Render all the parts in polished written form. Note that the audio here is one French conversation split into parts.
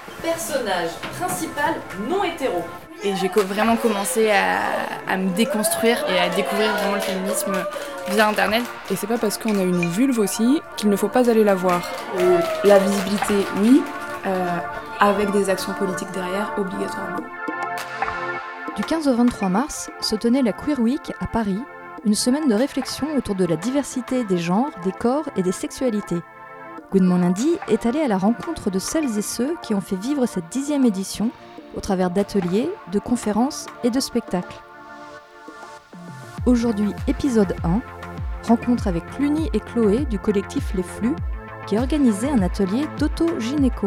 Personnage principal non hétéro. Et j'ai vraiment commencé à me déconstruire et à découvrir vraiment le féminisme via Internet. Et c'est pas parce qu'on a une vulve aussi qu'il ne faut pas aller la voir. La visibilité, oui, avec des actions politiques derrière, obligatoirement. Du 15 au 23 mars se tenait la Queer Week à Paris, une semaine de réflexion autour de la diversité des genres, des corps et des sexualités. Good Morning Lundi est allé à la rencontre de celles et ceux qui ont fait vivre cette 10e édition au travers d'ateliers, de conférences et de spectacles. Aujourd'hui, épisode 1, rencontre avec Cluny et Chloé du collectif Les Flux, qui a organisé un atelier d'auto-gynéco.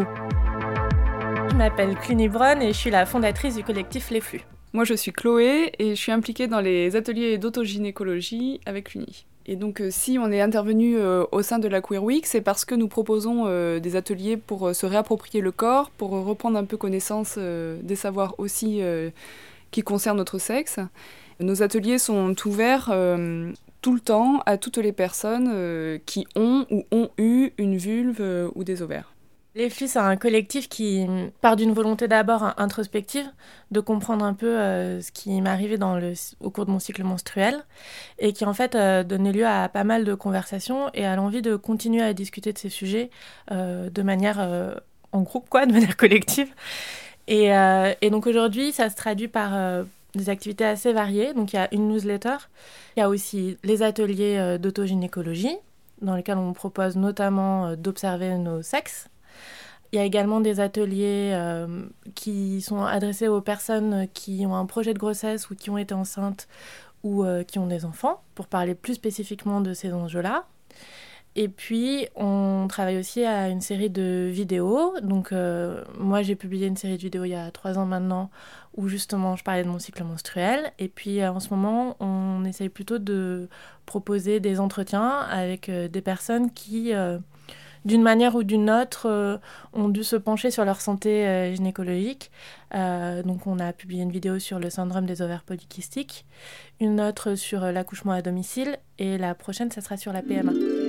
Je m'appelle Cluny Brown et je suis la fondatrice du collectif Les Flux. Moi je suis Chloé et je suis impliquée dans les ateliers d'autogynécologie avec Cluny. Et donc si on est intervenu au sein de la Queer Week, c'est parce que nous proposons des ateliers pour se réapproprier le corps, pour reprendre un peu connaissance des savoirs aussi qui concernent notre sexe. Nos ateliers sont ouverts tout le temps à toutes les personnes qui ont ou ont eu une vulve ou des ovaires. Les Flux, c'est un collectif qui part d'une volonté d'abord introspective, de comprendre un peu ce qui m'arrivait au cours de mon cycle menstruel, et qui en fait donnait lieu à pas mal de conversations et à l'envie de continuer à discuter de ces sujets de manière en groupe, de manière collective. Et donc aujourd'hui, ça se traduit par des activités assez variées. Donc il y a une newsletter, il y a aussi les ateliers d'autogynécologie, dans lesquels on propose notamment d'observer nos sexes. Il y a également des ateliers qui sont adressés aux personnes qui ont un projet de grossesse ou qui ont été enceintes ou qui ont des enfants, pour parler plus spécifiquement de ces enjeux-là. Et puis, on travaille aussi à une série de vidéos. Donc, moi, j'ai publié une série de vidéos il y a 3 ans maintenant, où justement, je parlais de mon cycle menstruel. Et puis, en ce moment, on essaye plutôt de proposer des entretiens avec des personnes qui... d'une manière ou d'une autre, ont dû se pencher sur leur santé gynécologique. Donc on a publié une vidéo sur le syndrome des ovaires polykystiques, une autre sur l'accouchement à domicile, et la prochaine, ça sera sur la PMA.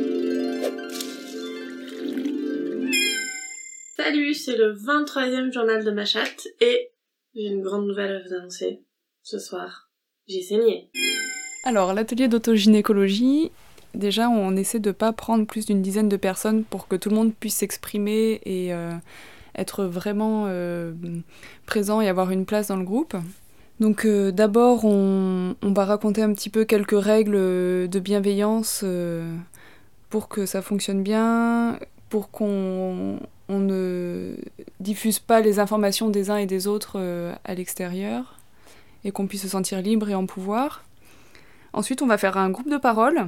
Salut, c'est le 23e journal de ma chatte, et j'ai une grande nouvelle à vous annoncer. Ce soir, j'ai saigné. Alors, l'atelier d'autogynécologie... Déjà, on essaie de ne pas prendre plus d'une dizaine de personnes pour que tout le monde puisse s'exprimer et être vraiment présent et avoir une place dans le groupe. Donc d'abord, on va raconter un petit peu quelques règles de bienveillance pour que ça fonctionne bien, pour qu'on ne diffuse pas les informations des uns et des autres à l'extérieur et qu'on puisse se sentir libre et en pouvoir. Ensuite, on va faire un groupe de parole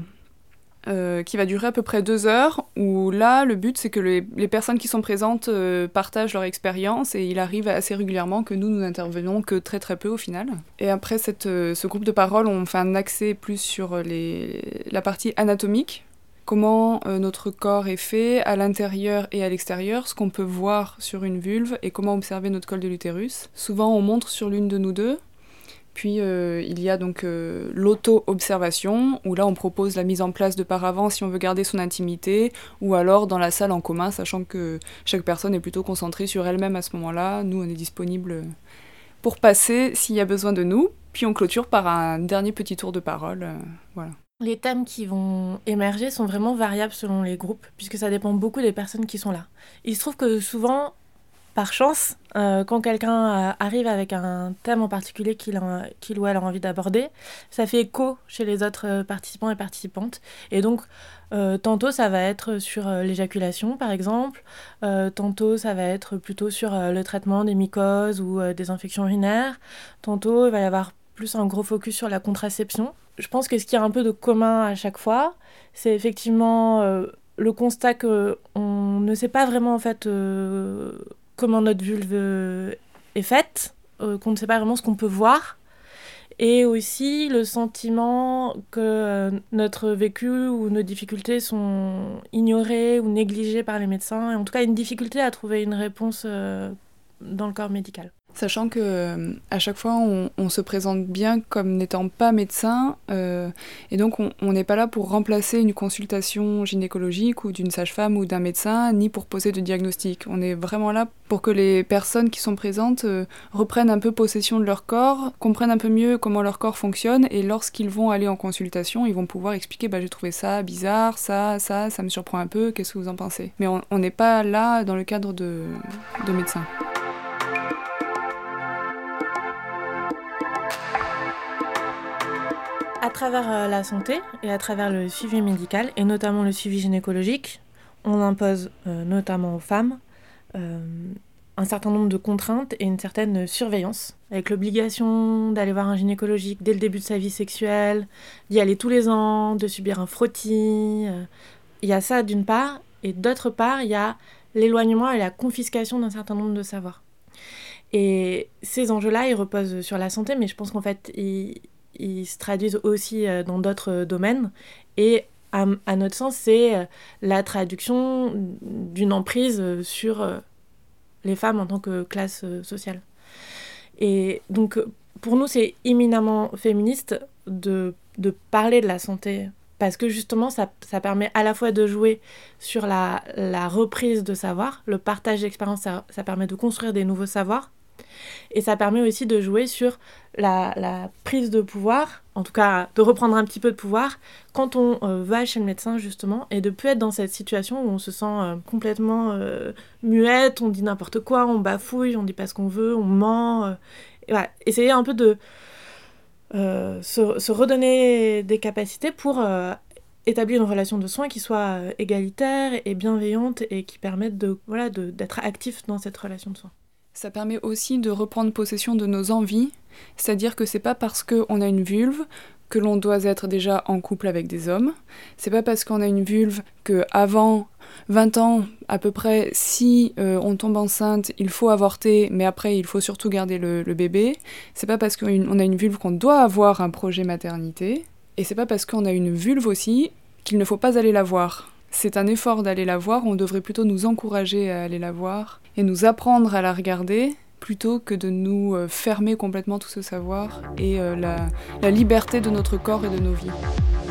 qui va durer à peu près 2 heures, où là, le but, c'est que les personnes qui sont présentes partagent leur expérience, et il arrive assez régulièrement que nous n'intervenons que très très peu au final. Et après ce groupe de parole, on fait un accès plus sur la partie anatomique, comment notre corps est fait à l'intérieur et à l'extérieur, ce qu'on peut voir sur une vulve, et comment observer notre col de l'utérus. Souvent, on montre sur l'une de nous deux. Puis il y a donc l'auto-observation, où là on propose la mise en place de paravents si on veut garder son intimité, ou alors dans la salle en commun, sachant que chaque personne est plutôt concentrée sur elle-même à ce moment-là. Nous, on est disponible pour passer s'il y a besoin de nous. Puis on clôture par un dernier petit tour de parole. Voilà. Les thèmes qui vont émerger sont vraiment variables selon les groupes, puisque ça dépend beaucoup des personnes qui sont là. Il se trouve que souvent... Par chance, quand quelqu'un arrive avec un thème en particulier qu'il ou elle a envie d'aborder, ça fait écho chez les autres participants et participantes. Et donc, tantôt, ça va être sur l'éjaculation, par exemple. Tantôt, ça va être plutôt sur le traitement des mycoses ou des infections urinaires. Tantôt, il va y avoir plus un gros focus sur la contraception. Je pense que ce qu'il y a un peu de commun à chaque fois, c'est effectivement le constat qu'on ne sait pas vraiment, en fait... comment notre vulve est faite, qu'on ne sait pas vraiment ce qu'on peut voir, et aussi le sentiment que notre vécu ou nos difficultés sont ignorées ou négligées par les médecins, et en tout cas une difficulté à trouver une réponse dans le corps médical. Sachant que à chaque fois on se présente bien comme n'étant pas médecin et donc on n'est pas là pour remplacer une consultation gynécologique ou d'une sage-femme ou d'un médecin, ni pour poser de diagnostic. On est vraiment là pour que les personnes qui sont présentes reprennent un peu possession de leur corps, comprennent un peu mieux comment leur corps fonctionne, et lorsqu'ils vont aller en consultation, ils vont pouvoir expliquer j'ai trouvé ça bizarre, ça me surprend un peu, qu'est-ce que vous en pensez? Mais on n'est pas là dans le cadre de médecins. À travers la santé et à travers le suivi médical, et notamment le suivi gynécologique, on impose notamment aux femmes un certain nombre de contraintes et une certaine surveillance, avec l'obligation d'aller voir un gynécologique dès le début de sa vie sexuelle, d'y aller tous les ans, de subir un frottis. Il y a ça d'une part, et d'autre part, il y a l'éloignement et la confiscation d'un certain nombre de savoirs. Et ces enjeux-là, ils reposent sur la santé, mais je pense qu'en fait, ils se traduisent aussi dans d'autres domaines. Et à notre sens, c'est la traduction d'une emprise sur les femmes en tant que classe sociale. Et donc, pour nous, c'est éminemment féministe de parler de la santé, parce que justement, ça permet à la fois de jouer sur la reprise de savoir, le partage d'expérience, ça permet de construire des nouveaux savoirs, et ça permet aussi de jouer sur la prise de pouvoir, en tout cas de reprendre un petit peu de pouvoir quand on va chez le médecin justement, et de plus être dans cette situation où on se sent complètement muette, on dit n'importe quoi, on bafouille, on dit pas ce qu'on veut, on ment. Et voilà. Essayer un peu de se redonner des capacités pour établir une relation de soins qui soit égalitaire et bienveillante et qui permette d'être actif dans cette relation de soins. Ça permet aussi de reprendre possession de nos envies, c'est-à-dire que c'est pas parce qu'on a une vulve que l'on doit être déjà en couple avec des hommes, c'est pas parce qu'on a une vulve qu'avant 20 ans à peu près, si on tombe enceinte, il faut avorter, mais après il faut surtout garder le bébé, c'est pas parce qu'on a une vulve qu'on doit avoir un projet maternité, et c'est pas parce qu'on a une vulve aussi qu'il ne faut pas aller la voir. C'est un effort d'aller la voir, on devrait plutôt nous encourager à aller la voir et nous apprendre à la regarder plutôt que de nous fermer complètement tout ce savoir et la liberté de notre corps et de nos vies.